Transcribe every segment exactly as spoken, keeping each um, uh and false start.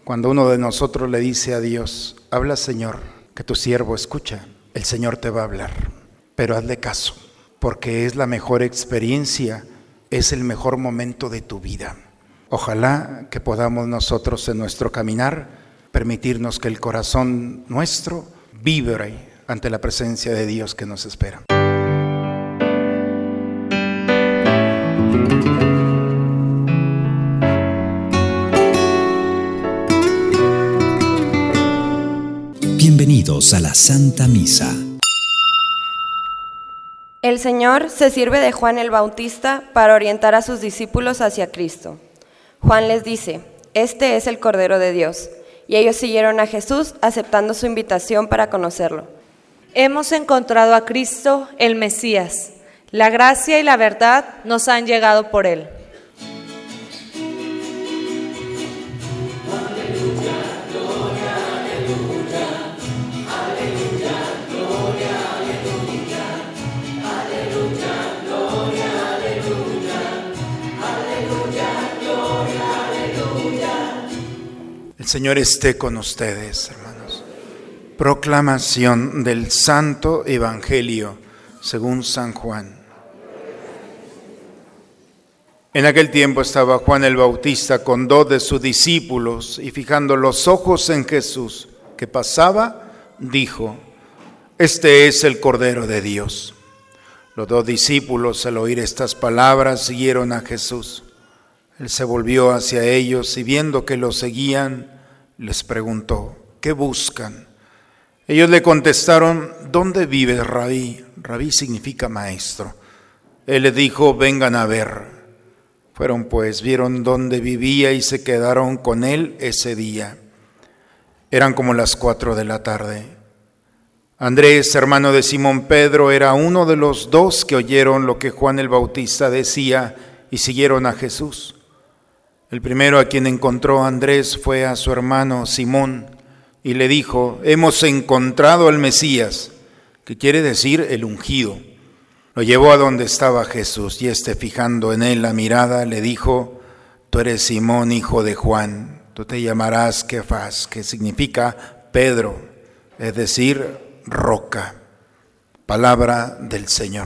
Cuando uno de nosotros le dice a Dios: habla, Señor, que tu siervo escucha, el Señor te va a hablar, pero hazle caso, porque es la mejor experiencia, es el mejor momento de tu vida. Ojalá que podamos nosotros en nuestro caminar permitirnos que el corazón nuestro vibre ante la presencia de Dios que nos espera. Bienvenidos a la Santa Misa. El Señor se sirve de Juan el Bautista para orientar a sus discípulos hacia Cristo. Juan les dice: este es el Cordero de Dios, y ellos siguieron a Jesús aceptando su invitación para conocerlo. Hemos encontrado a Cristo, el Mesías. La gracia y la verdad nos han llegado por Él. El Señor esté con ustedes, hermanos. Proclamación del Santo Evangelio según San Juan. En aquel tiempo estaba Juan el Bautista con dos de sus discípulos, y fijando los ojos en Jesús que pasaba, dijo: este es el Cordero de Dios. Los dos discípulos, al oír estas palabras, siguieron a Jesús. Él se volvió hacia ellos y, viendo que lo seguían, les preguntó: ¿qué buscan? Ellos le contestaron: ¿dónde vives, Rabí? Rabí significa maestro. Él les dijo: vengan a ver. Fueron pues, vieron dónde vivía y se quedaron con él ese día. Eran como las cuatro de la tarde. Andrés, hermano de Simón Pedro, era uno de los dos que oyeron lo que Juan el Bautista decía y siguieron a Jesús. El primero a quien encontró Andrés fue a su hermano Simón y le dijo: hemos encontrado al Mesías, que quiere decir el ungido. Lo llevó a donde estaba Jesús, y éste, fijando en él la mirada, le dijo: tú eres Simón, hijo de Juan, tú te llamarás Kefas, que significa Pedro, es decir, roca. Palabra del Señor.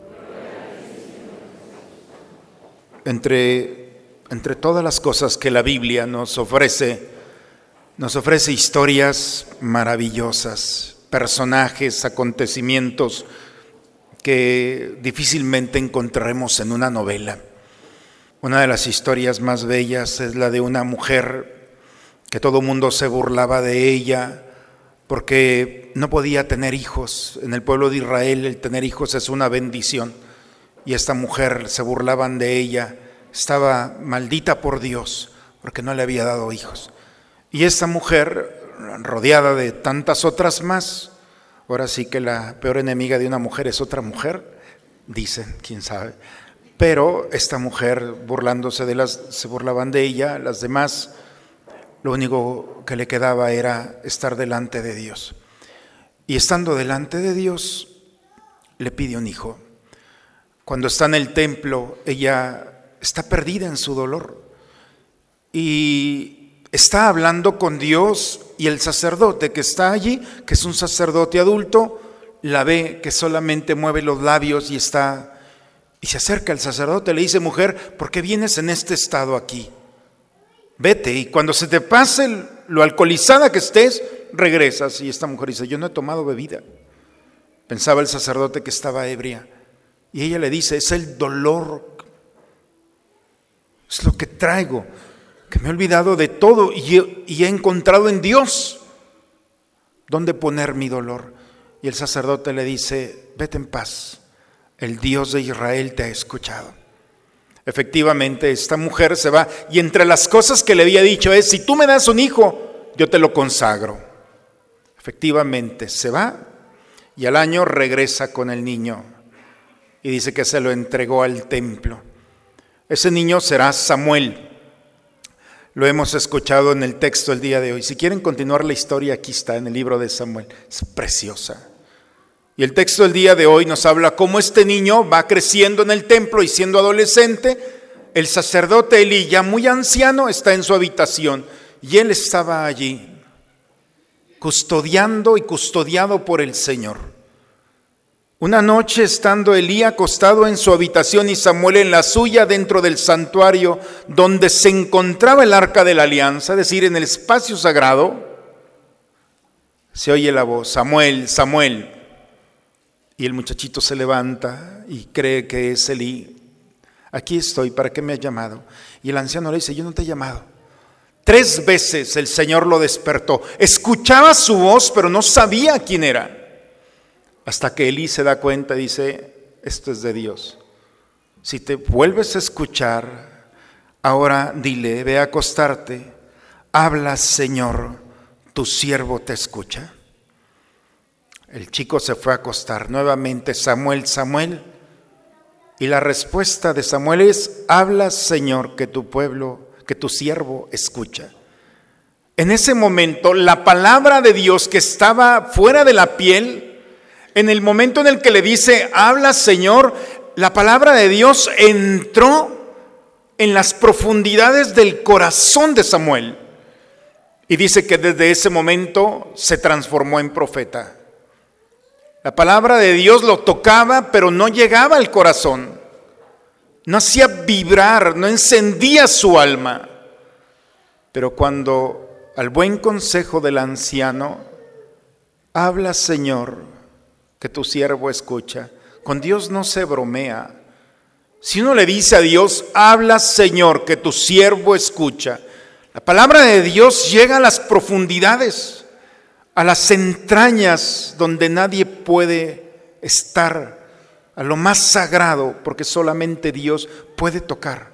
Entre Entre todas las cosas que la Biblia nos ofrece, nos ofrece historias maravillosas, personajes, acontecimientos que difícilmente encontraremos en una novela. Una de las historias más bellas es la de una mujer que todo mundo se burlaba de ella porque no podía tener hijos. En el pueblo de Israel el tener hijos es una bendición, y esta mujer se burlaban de ella. Estaba maldita por Dios porque no le había dado hijos. Y esta mujer, rodeada de tantas otras más, ahora sí que la peor enemiga de una mujer es otra mujer, dicen, quién sabe. Pero esta mujer, burlándose de las, se burlaban de ella, las demás, lo único que le quedaba era estar delante de Dios. Y estando delante de Dios, le pide un hijo. Cuando está en el templo, ella está perdida en su dolor y está hablando con Dios, y el sacerdote que está allí, que es un sacerdote adulto, la ve que solamente mueve los labios y está y se acerca al sacerdote, le dice: mujer, ¿por qué vienes en este estado aquí? Vete, y cuando se te pase lo alcoholizada que estés, regresas. Y esta mujer dice: yo no he tomado bebida. Pensaba el sacerdote que estaba ebria, y ella le dice: es el dolor, es lo que traigo, que me he olvidado de todo y he, y he encontrado en Dios dónde poner mi dolor. Y el sacerdote le dice: vete en paz, el Dios de Israel te ha escuchado. Efectivamente, esta mujer se va, y entre las cosas que le había dicho es: si tú me das un hijo, yo te lo consagro. Efectivamente, se va, y al año regresa con el niño, y dice que se lo entregó al templo. Ese niño será Samuel. Lo hemos escuchado en el texto el día de hoy. Si quieren continuar la historia, aquí está en el libro de Samuel. Es preciosa. Y el texto del día de hoy nos habla cómo este niño va creciendo en el templo, y siendo adolescente, el sacerdote Elí, ya muy anciano, está en su habitación y él estaba allí, custodiando y custodiado por el Señor. Una noche, estando Elí acostado en su habitación y Samuel en la suya, dentro del santuario donde se encontraba el arca de la alianza, es decir, en el espacio sagrado, se oye la voz: Samuel, Samuel. Y el muchachito se levanta y cree que es Elí. Aquí estoy, ¿para qué me has llamado? Y el anciano le dice: yo no te he llamado. Tres veces el Señor lo despertó. Escuchaba su voz, pero no sabía quién era. Hasta que Elí se da cuenta y dice: esto es de Dios. Si te vuelves a escuchar, ahora dile: ve a acostarte. Habla, Señor, tu siervo te escucha. El chico se fue a acostar. Nuevamente: Samuel, Samuel. Y la respuesta de Samuel es: habla, Señor, que tu pueblo, que tu siervo escucha. En ese momento, la palabra de Dios que estaba fuera de la piel, en el momento en el que le dice: habla, Señor, la palabra de Dios entró en las profundidades del corazón de Samuel. Y dice que desde ese momento se transformó en profeta. La palabra de Dios lo tocaba, pero no llegaba al corazón. No hacía vibrar, no encendía su alma. Pero cuando al buen consejo del anciano: habla, Señor, que tu siervo escucha. Con Dios no se bromea. Si uno le dice a Dios: habla, Señor, que tu siervo escucha, la palabra de Dios llega a las profundidades, a las entrañas donde nadie puede estar, a lo más sagrado, porque solamente Dios puede tocar.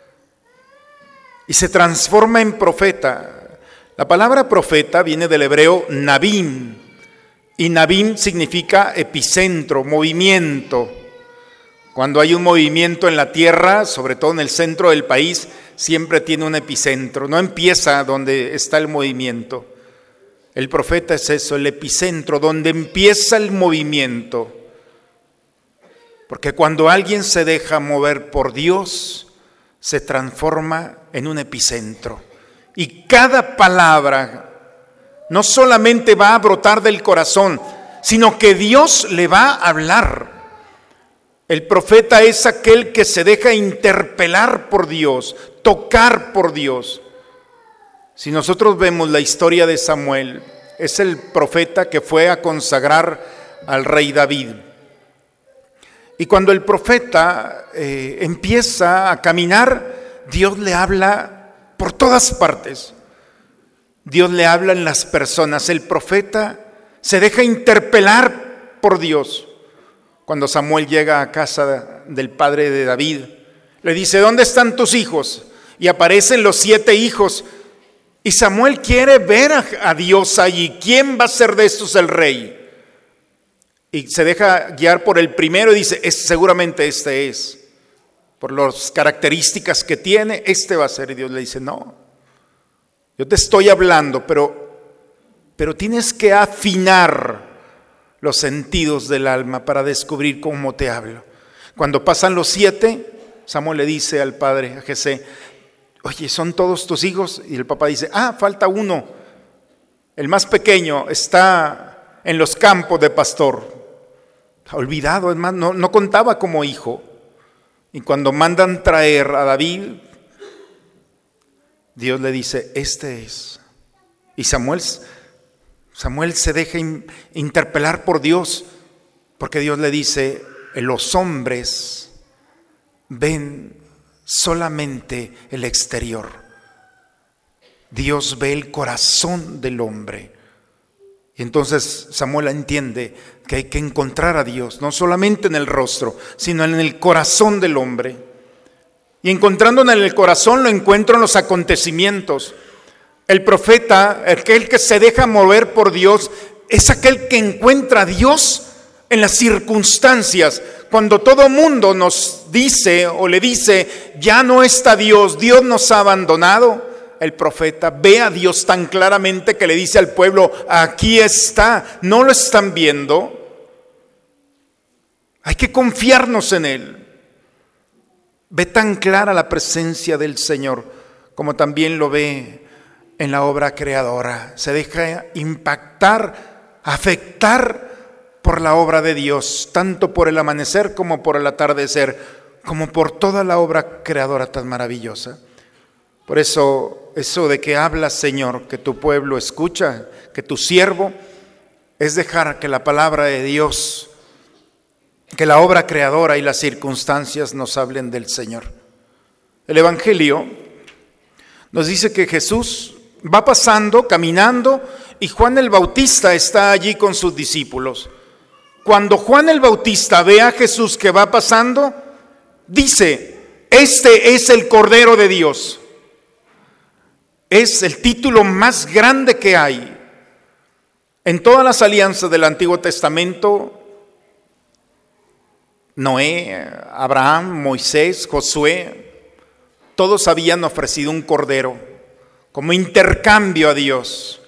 Y se transforma en profeta. La palabra profeta viene del hebreo nabim, y nabim significa epicentro, movimiento. Cuando hay un movimiento en la tierra, sobre todo en el centro del país, siempre tiene un epicentro. No empieza donde está el movimiento. El profeta es eso, el epicentro, donde empieza el movimiento. Porque cuando alguien se deja mover por Dios, se transforma en un epicentro. Y cada palabra no solamente va a brotar del corazón, sino que Dios le va a hablar. El profeta es aquel que se deja interpelar por Dios, tocar por Dios. Si nosotros vemos la historia de Samuel, es el profeta que fue a consagrar al rey David. Y cuando el profeta eh, empieza a caminar, Dios le habla por todas partes. Dios le habla en las personas. El profeta se deja interpelar por Dios. Cuando Samuel llega a casa del padre de David, le dice: ¿dónde están tus hijos? Y aparecen los siete hijos. Y Samuel quiere ver a, a Dios allí. ¿Quién va a ser de estos el rey? Y se deja guiar por el primero y dice: es, seguramente este es. Por las características que tiene, este va a ser. Y Dios le dice: no, yo te estoy hablando, pero, pero tienes que afinar los sentidos del alma para descubrir cómo te hablo. Cuando pasan los siete, Samuel le dice al padre, a Jesé: oye, ¿son todos tus hijos? Y el papá dice: ah, falta uno. El más pequeño está en los campos de pastor. Olvidado, es más, no, no contaba como hijo. Y cuando mandan traer a David, Dios le dice: este es. Y Samuel, Samuel se deja in, interpelar por Dios, porque Dios le dice: los hombres ven solamente el exterior. Dios ve el corazón del hombre. Y entonces Samuel entiende que hay que encontrar a Dios, no solamente en el rostro, sino en el corazón del hombre. Y encontrándolo en el corazón, lo encuentro en los acontecimientos. El profeta, aquel que se deja mover por Dios, es aquel que encuentra a Dios en las circunstancias. Cuando todo mundo nos dice o le dice: ya no está Dios, Dios nos ha abandonado, el profeta ve a Dios tan claramente que le dice al pueblo: aquí está. ¿No lo están viendo? Hay que confiarnos en Él. Ve tan clara la presencia del Señor, como también lo ve en la obra creadora, se deja impactar, afectar por la obra de Dios, tanto por el amanecer como por el atardecer, como por toda la obra creadora tan maravillosa. Por eso, eso de que hablas, Señor, que tu pueblo escucha, que tu siervo, es dejar que la palabra de Dios, que la obra creadora y las circunstancias nos hablen del Señor. El Evangelio nos dice que Jesús va pasando, caminando, y Juan el Bautista está allí con sus discípulos. Cuando Juan el Bautista ve a Jesús que va pasando, dice: este es el Cordero de Dios. Es el título más grande que hay. En todas las alianzas del Antiguo Testamento, Noé, Abraham, Moisés, Josué, todos habían ofrecido un cordero como intercambio a Dios.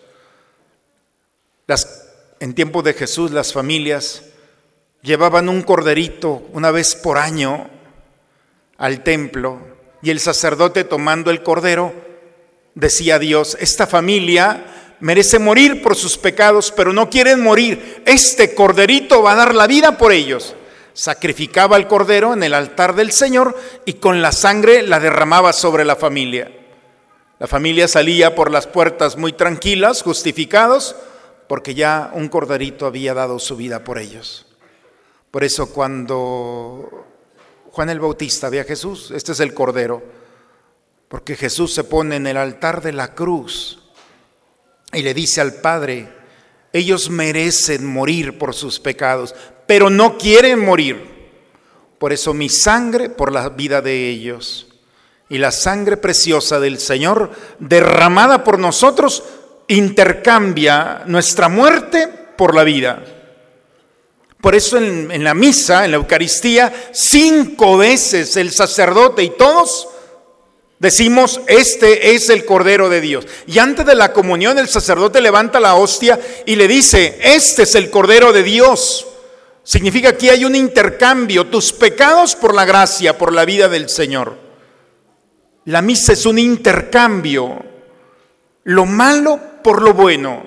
Las, en tiempos de Jesús, las familias llevaban un corderito una vez por año al templo, y el sacerdote, tomando el cordero, decía a Dios: esta familia merece morir por sus pecados, pero no quieren morir. Este corderito va a dar la vida por ellos. Sacrificaba el cordero en el altar del Señor y con la sangre la derramaba sobre la familia. La familia salía por las puertas muy tranquilas, justificados, porque ya un corderito había dado su vida por ellos. Por eso cuando Juan el Bautista ve a Jesús, este es el cordero, porque Jesús se pone en el altar de la cruz y le dice al Padre: ellos merecen morir por sus pecados, pero no quieren morir. Por eso mi sangre por la vida de ellos, y la sangre preciosa del Señor derramada por nosotros intercambia nuestra muerte por la vida. Por eso en, en la misa, en la Eucaristía, cinco veces el sacerdote y todos decimos: este es el Cordero de Dios. Y antes de la comunión el sacerdote levanta la hostia y le dice: este es el Cordero de Dios. Significa que hay un intercambio, tus pecados por la gracia, por la vida del Señor. La misa es un intercambio, lo malo por lo bueno.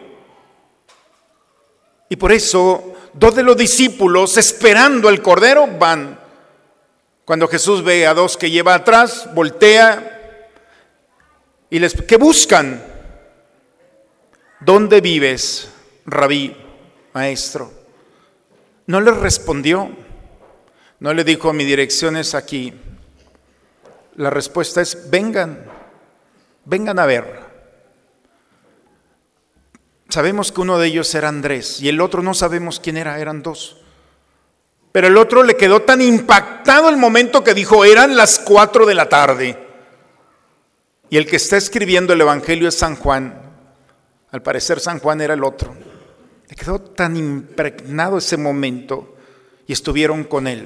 Y por eso dos de los discípulos, esperando el Cordero, van. Cuando Jesús ve a dos que lleva atrás, voltea y les: ¿qué buscan? ¿Dónde vives, Rabí, maestro? No les respondió, no le dijo: mi dirección es aquí. La respuesta es: vengan, vengan a ver. Sabemos que uno de ellos era Andrés y el otro no sabemos quién era, eran dos. Pero el otro le quedó tan impactado el momento que dijo: eran las cuatro de la tarde. Y el que está escribiendo el Evangelio es San Juan. Al parecer San Juan era el otro. Le quedó tan impregnado ese momento y estuvieron con él.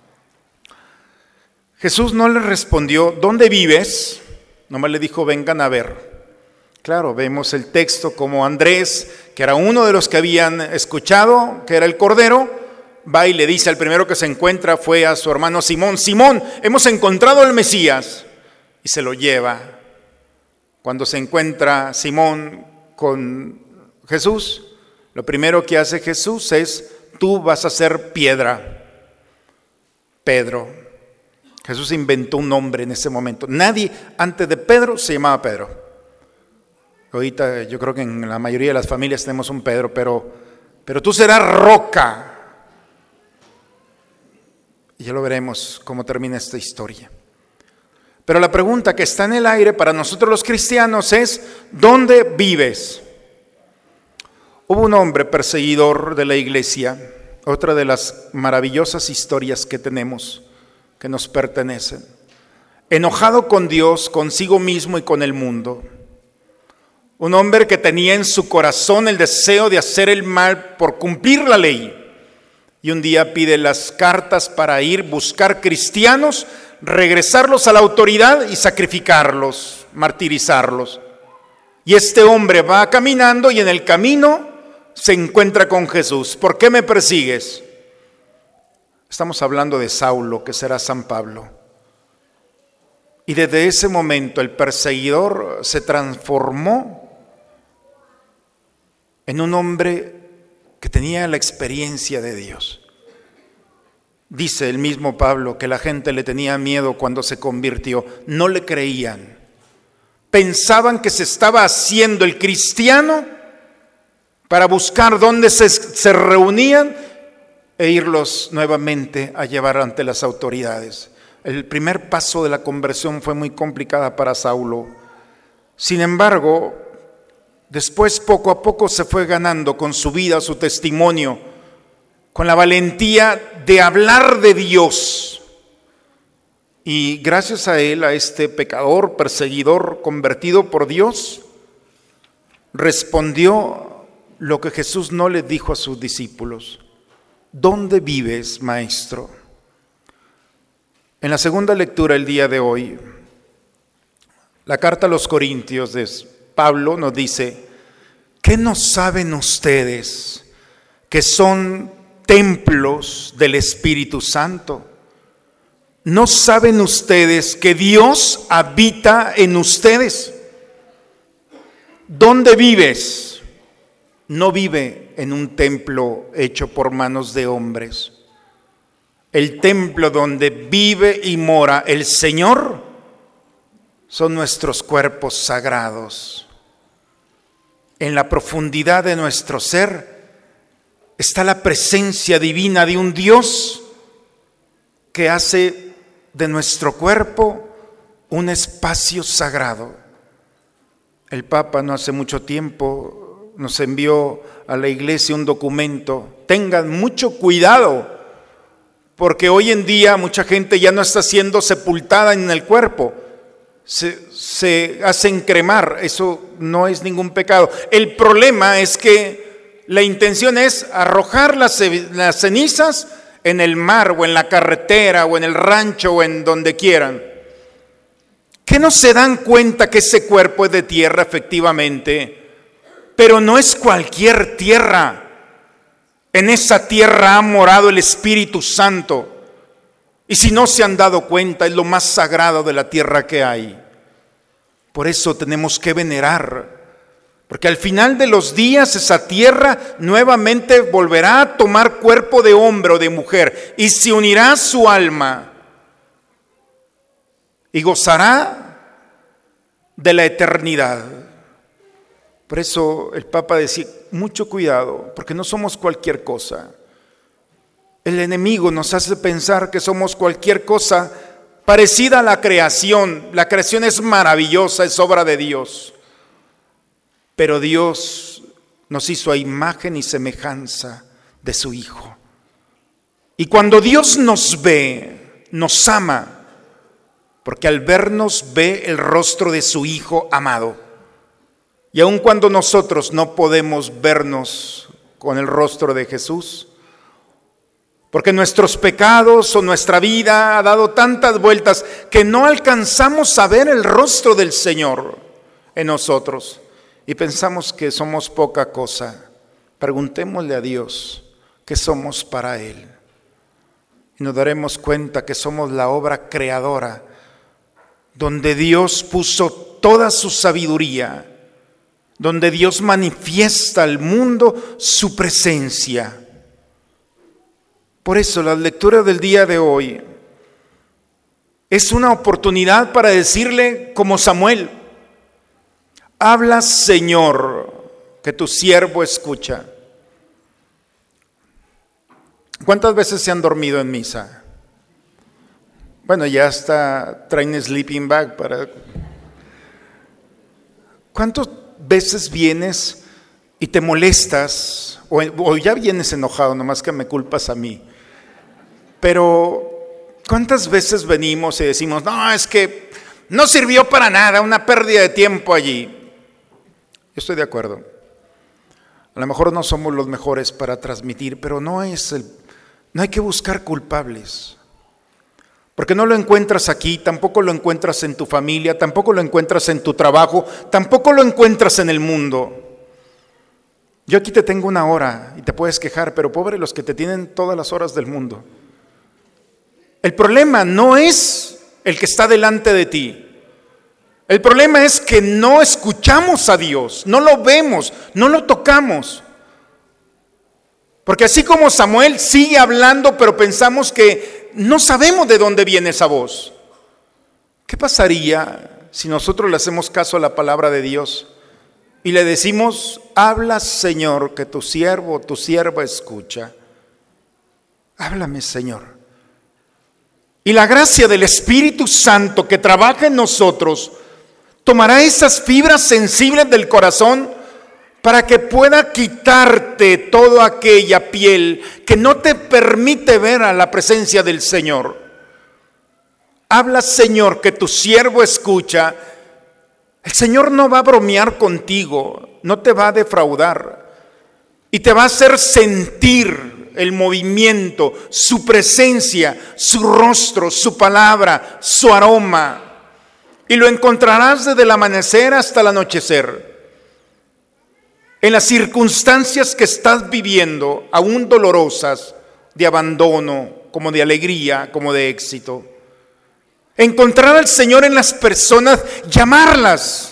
Jesús no le respondió: ¿dónde vives? Nomás le dijo: vengan a ver. Claro, vemos el texto como Andrés, que era uno de los que habían escuchado, que era el Cordero, va y le dice al primero que se encuentra, fue a su hermano Simón: Simón, hemos encontrado al Mesías. Y se lo lleva. Cuando se encuentra Simón con Jesús, lo primero que hace Jesús es: tú vas a ser piedra, Pedro. Jesús inventó un nombre en ese momento. Nadie antes de Pedro se llamaba Pedro. Ahorita yo creo que en la mayoría de las familias tenemos un Pedro, pero, pero tú serás roca. Y ya lo veremos cómo termina esta historia. Pero la pregunta que está en el aire para nosotros los cristianos es: ¿dónde vives? Hubo un hombre perseguidor de la iglesia, otra de las maravillosas historias que tenemos, que nos pertenecen, enojado con Dios, consigo mismo y con el mundo. Un hombre que tenía en su corazón el deseo de hacer el mal por cumplir la ley. Y un día pide las cartas para ir buscar cristianos, regresarlos a la autoridad y sacrificarlos, martirizarlos. Y este hombre va caminando y en el camino se encuentra con Jesús. ¿Por qué me persigues? Estamos hablando de Saulo, que será San Pablo. Y desde ese momento el perseguidor se transformó en un hombre que tenía la experiencia de Dios. Dice el mismo Pablo que la gente le tenía miedo cuando se convirtió, no le creían. Pensaban que se estaba haciendo el cristiano para buscar dónde se, se reunían e irlos nuevamente a llevar ante las autoridades. El primer paso de la conversión fue muy complicada para Saulo. Sin embargo, después poco a poco se fue ganando con su vida, su testimonio, con la valentía de hablar de Dios. Y gracias a él, a este pecador, perseguidor, convertido por Dios, respondió lo que Jesús no le dijo a sus discípulos. ¿Dónde vives, maestro? En la segunda lectura el día de hoy, la carta a los Corintios de Pablo nos dice: ¿qué no saben ustedes que son templos del Espíritu Santo? ¿No saben ustedes que Dios habita en ustedes? ¿Dónde vives? No vive en un templo hecho por manos de hombres. El templo donde vive y mora el Señor son nuestros cuerpos sagrados. En la profundidad de nuestro ser está la presencia divina de un Dios que hace de nuestro cuerpo un espacio sagrado. El Papa no hace mucho tiempo nos envió a la iglesia un documento. Tengan mucho cuidado, porque hoy en día mucha gente ya no está siendo sepultada en el cuerpo. Se, se hacen cremar, eso no es ningún pecado. El problema es que la intención es arrojar las, las cenizas en el mar o en la carretera o en el rancho o en donde quieran. ¿Qué no se dan cuenta que ese cuerpo es de tierra efectivamente? Pero no es cualquier tierra. En esa tierra ha morado el Espíritu Santo. Y si no se han dado cuenta, es lo más sagrado de la tierra que hay. Por eso tenemos que venerar, porque al final de los días esa tierra nuevamente volverá a tomar cuerpo de hombre o de mujer y se unirá a su alma y gozará de la eternidad. Por eso el Papa decía, mucho cuidado, porque no somos cualquier cosa. El enemigo nos hace pensar que somos cualquier cosa parecida a la creación. La creación es maravillosa, es obra de Dios. Pero Dios nos hizo a imagen y semejanza de su Hijo. Y cuando Dios nos ve, nos ama, porque al vernos ve el rostro de su Hijo amado. Y aun cuando nosotros no podemos vernos con el rostro de Jesús, porque nuestros pecados o nuestra vida ha dado tantas vueltas que no alcanzamos a ver el rostro del Señor en nosotros y pensamos que somos poca cosa. Preguntémosle a Dios qué somos para Él y nos daremos cuenta que somos la obra creadora donde Dios puso toda su sabiduría, donde Dios manifiesta al mundo su presencia. Por eso la lectura del día de hoy es una oportunidad para decirle como Samuel: habla, Señor, que tu siervo escucha. ¿Cuántas veces se han dormido en misa? Bueno, ya hasta traen sleeping bag para... ¿Cuántas veces vienes y te molestas o, o ya vienes enojado, nomás que me culpas a mí? Pero ¿cuántas veces venimos y decimos, no, es que no sirvió para nada, una pérdida de tiempo allí? Yo estoy de acuerdo. A lo mejor no somos los mejores para transmitir, pero no es el, no hay que buscar culpables. Porque no lo encuentras aquí, tampoco lo encuentras en tu familia, tampoco lo encuentras en tu trabajo, tampoco lo encuentras en el mundo. Yo aquí te tengo una hora y te puedes quejar, pero pobre los que te tienen todas las horas del mundo. El problema no es el que está delante de ti. El problema es que no escuchamos a Dios, no lo vemos, no lo tocamos. Porque así como Samuel sigue hablando, pero pensamos que no sabemos de dónde viene esa voz. ¿Qué pasaría si nosotros le hacemos caso a la palabra de Dios y le decimos: habla, Señor, que tu siervo, tu sierva escucha? Háblame, Señor. Y la gracia del Espíritu Santo que trabaja en nosotros tomará esas fibras sensibles del corazón para que pueda quitarte toda aquella piel que no te permite ver a la presencia del Señor. Habla, Señor, que tu siervo escucha. El Señor no va a bromear contigo, no te va a defraudar y te va a hacer sentir el movimiento, su presencia, su rostro, su palabra, su aroma. Y lo encontrarás desde el amanecer hasta el anochecer. En las circunstancias que estás viviendo, aún dolorosas, de abandono, como de alegría, como de éxito. Encontrar al Señor en las personas, llamarlas.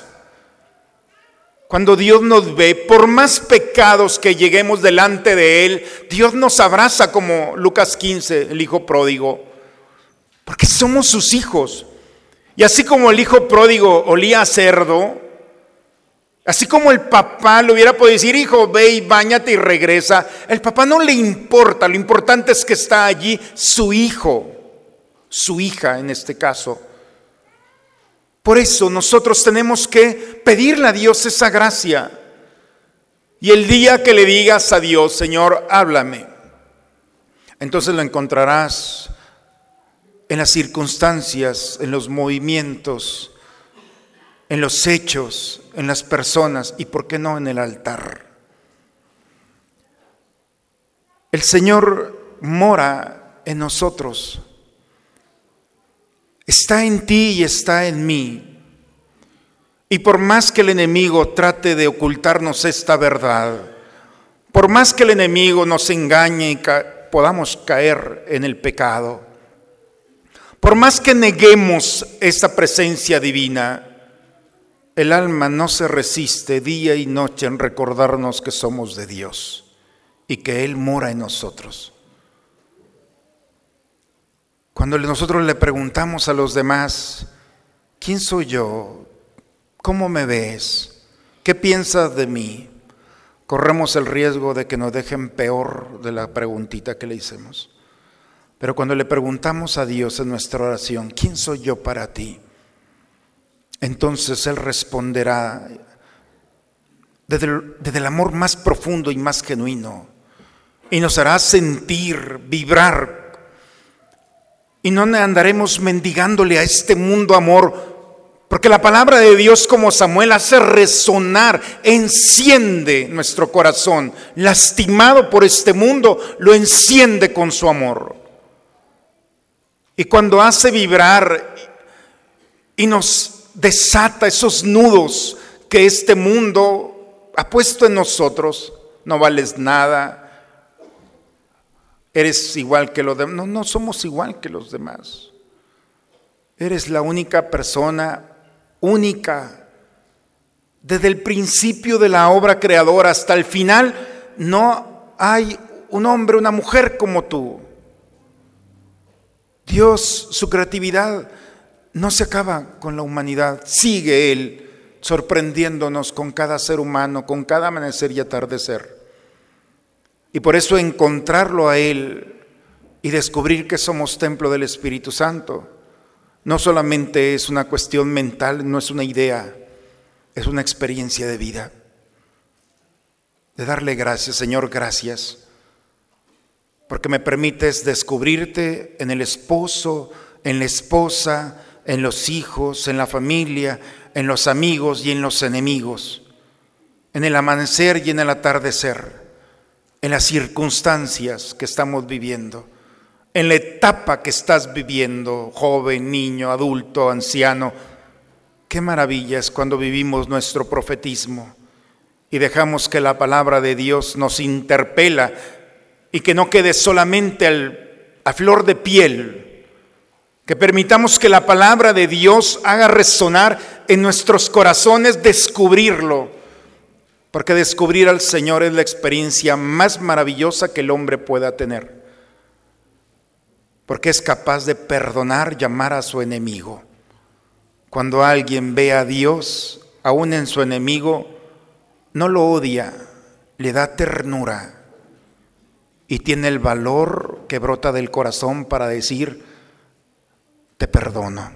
Cuando Dios nos ve, por más pecados que lleguemos delante de Él, Dios nos abraza como Lucas quince, el hijo pródigo. Porque somos sus hijos. Y así como el hijo pródigo olía a cerdo, así como el papá le hubiera podido decir: hijo, ve y báñate y regresa, el papá no le importa, lo importante es que está allí su hijo, su hija en este caso. Por eso nosotros tenemos que pedirle a Dios esa gracia. Y el día que le digas a Dios: Señor, háblame, entonces lo encontrarás en las circunstancias, en los movimientos, en los hechos, en las personas y, ¿por qué no, en el altar? El Señor mora en nosotros. Está en ti y está en mí. Y por más que el enemigo trate de ocultarnos esta verdad, por más que el enemigo nos engañe y ca- podamos caer en el pecado, por más que neguemos esta presencia divina, el alma no se resiste día y noche en recordarnos que somos de Dios y que Él mora en nosotros. Cuando nosotros le preguntamos a los demás: ¿quién soy yo? ¿Cómo me ves? ¿Qué piensas de mí? Corremos el riesgo de que nos dejen peor de la preguntita que le hicimos. Pero cuando le preguntamos a Dios en nuestra oración: ¿quién soy yo para ti?, entonces Él responderá desde el, desde el amor más profundo y más genuino, y nos hará sentir, vibrar, y no andaremos mendigándole a este mundo amor, porque la palabra de Dios, como Samuel, hace resonar, enciende nuestro corazón, lastimado por este mundo, lo enciende con su amor. Y cuando hace vibrar y nos desata esos nudos que este mundo ha puesto en nosotros: no vales nada, eres igual que los demás. No, no somos igual que los demás. Eres la única persona, única. Desde el principio de la obra creadora hasta el final, no hay un hombre, una mujer como tú. Dios, su creatividad no se acaba con la humanidad, sigue Él sorprendiéndonos con cada ser humano, con cada amanecer y atardecer. Y por eso encontrarlo a Él y descubrir que somos templo del Espíritu Santo no solamente es una cuestión mental, no es una idea, es una experiencia de vida. De darle gracias: Señor, gracias, porque me permites descubrirte en el esposo, en la esposa, en los hijos, en la familia, en los amigos y en los enemigos, en el amanecer y en el atardecer, en las circunstancias que estamos viviendo, en la etapa que estás viviendo, joven, niño, adulto, anciano. Qué maravilla es cuando vivimos nuestro profetismo y dejamos que la palabra de Dios nos interpela y que no quede solamente al, a flor de piel, Que permitamos que la palabra de Dios haga resonar en nuestros corazones, descubrirlo. Porque descubrir al Señor es la experiencia más maravillosa que el hombre pueda tener. Porque es capaz de perdonar, llamar a su enemigo. Cuando alguien ve a Dios, aún en su enemigo, no lo odia, le da ternura. Y tiene el valor que brota del corazón para decir: te perdono.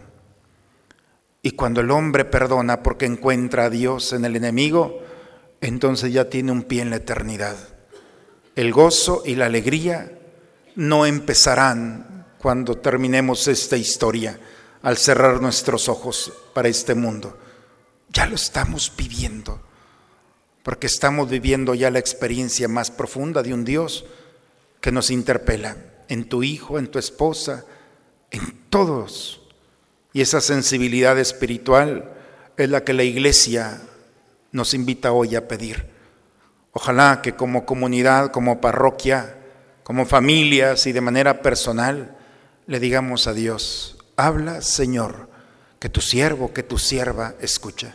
Y cuando el hombre perdona porque encuentra a Dios en el enemigo, entonces ya tiene un pie en la eternidad. El gozo y la alegría no empezarán cuando terminemos esta historia, al cerrar nuestros ojos para este mundo. Ya lo estamos viviendo, porque estamos viviendo ya la experiencia más profunda de un Dios que nos interpela en tu hijo, en tu esposa, en todos. Y esa sensibilidad espiritual es la que la iglesia nos invita hoy a pedir. Ojalá que como comunidad, como parroquia, como familias y de manera personal, le digamos a Dios: habla, Señor, que tu siervo, que tu sierva escucha.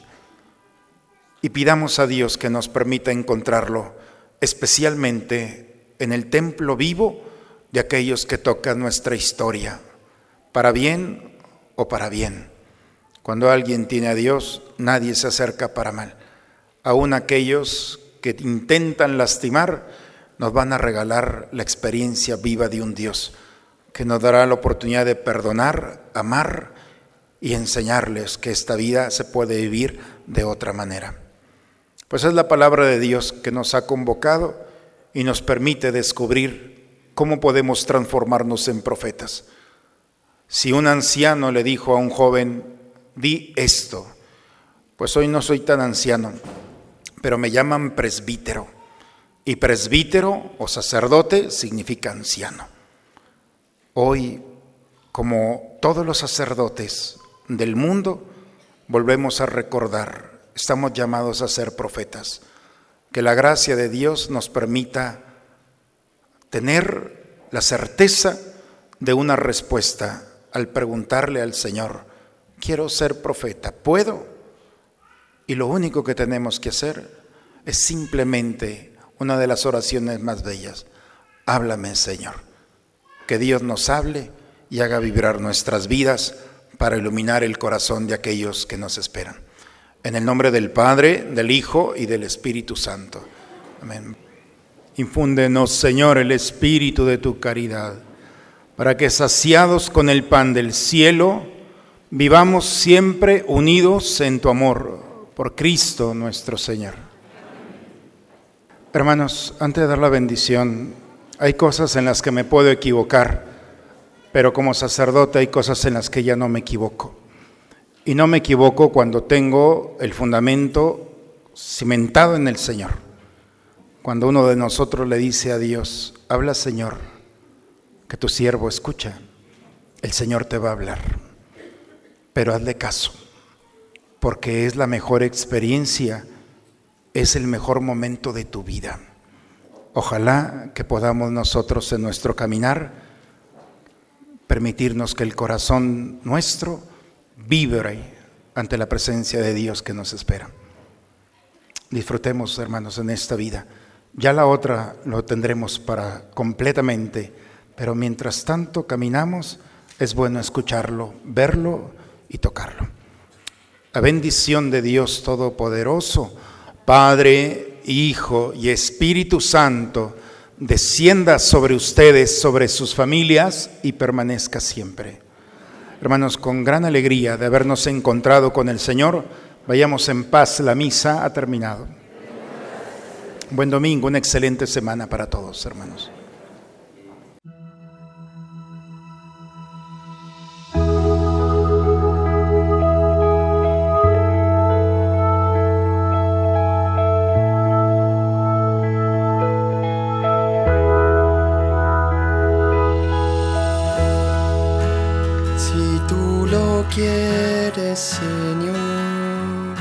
Y pidamos a Dios que nos permita encontrarlo, especialmente en el templo vivo de aquellos que tocan nuestra historia, para bien o para bien. Cuando alguien tiene a Dios, nadie se acerca para mal. Aún aquellos que intentan lastimar nos van a regalar la experiencia viva de un Dios que nos dará la oportunidad de perdonar, amar y enseñarles que esta vida se puede vivir de otra manera. Pues es la palabra de Dios que nos ha convocado y nos permite descubrir cómo podemos transformarnos en profetas. Si un anciano le dijo a un joven: di esto, pues hoy no soy tan anciano, pero me llaman presbítero, y presbítero o sacerdote significa anciano. Hoy, como todos los sacerdotes del mundo, volvemos a recordar, estamos llamados a ser profetas. Que la gracia de Dios nos permita tener la certeza de una respuesta al preguntarle al Señor: quiero ser profeta, ¿puedo? Y lo único que tenemos que hacer es simplemente una de las oraciones más bellas: háblame, Señor. Que Dios nos hable y haga vibrar nuestras vidas para iluminar el corazón de aquellos que nos esperan. En el nombre del Padre, del Hijo y del Espíritu Santo. Amén. Infúndenos, Señor, el espíritu de tu caridad, para que, saciados con el pan del cielo, vivamos siempre unidos en tu amor, por Cristo nuestro Señor. Hermanos, antes de dar la bendición, hay cosas en las que me puedo equivocar, pero como sacerdote hay cosas en las que ya no me equivoco. Y no me equivoco cuando tengo el fundamento cimentado en el Señor. Cuando uno de nosotros le dice a Dios: habla, Señor, que tu siervo escucha, el Señor te va a hablar. Pero hazle caso, porque es la mejor experiencia, es el mejor momento de tu vida. Ojalá que podamos nosotros en nuestro caminar permitirnos que el corazón nuestro vibre ante la presencia de Dios que nos espera. Disfrutemos, hermanos, en esta vida. Ya la otra lo tendremos para completamente, pero mientras tanto caminamos, es bueno escucharlo, verlo y tocarlo. La bendición de Dios Todopoderoso, Padre, Hijo y Espíritu Santo, descienda sobre ustedes, sobre sus familias y permanezca siempre. Hermanos, con gran alegría de habernos encontrado con el Señor, vayamos en paz, la misa ha terminado. Buen domingo, una excelente semana para todos, hermanos. Quieres, Señor,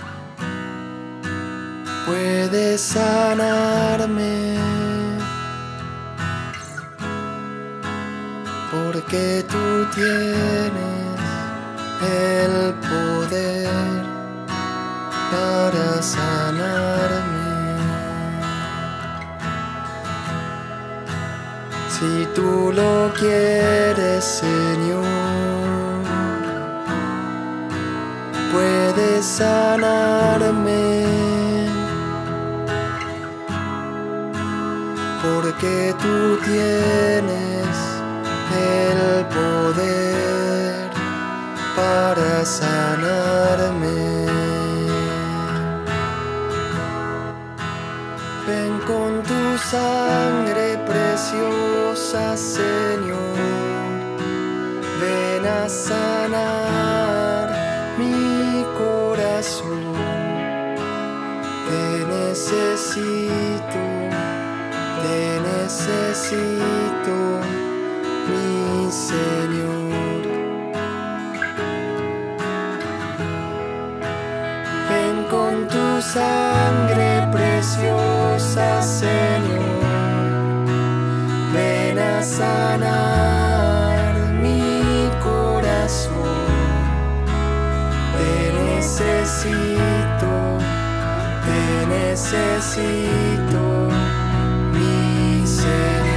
puedes sanarme, porque porque tú tienes el poder para sanarme. Si tú lo quieres, Señor, puedes sanarme, porque tú tienes el poder para sanarme. Ven con tu sangre preciosa, Señor, ven a sanar mi corazón. Te necesito, te necesito, mi Señor. Ven con tu sangre preciosa, Señor, ven a sanar mi corazón. Te necesito, te necesito, mi Señor.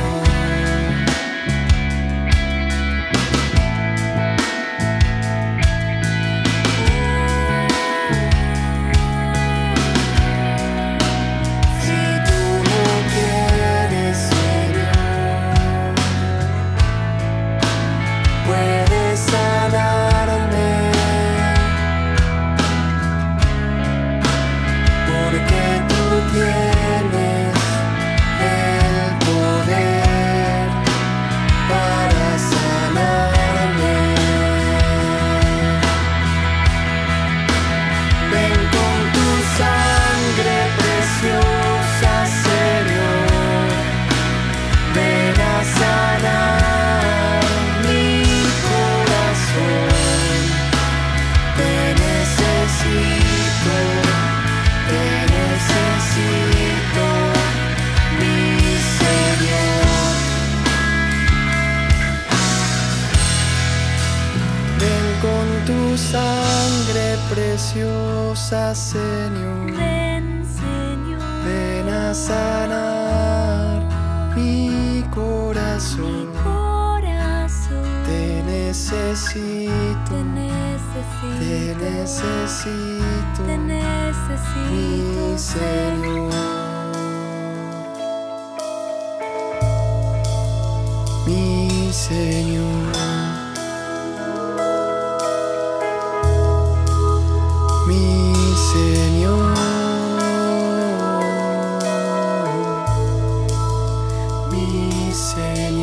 Preciosa, Señor, ven, Señor, ven a sanar mi corazón. Mi corazón. Te necesito, Te necesito, te necesito, te necesito, mi Señor, mi Señor. Mi Señor, mi Señor.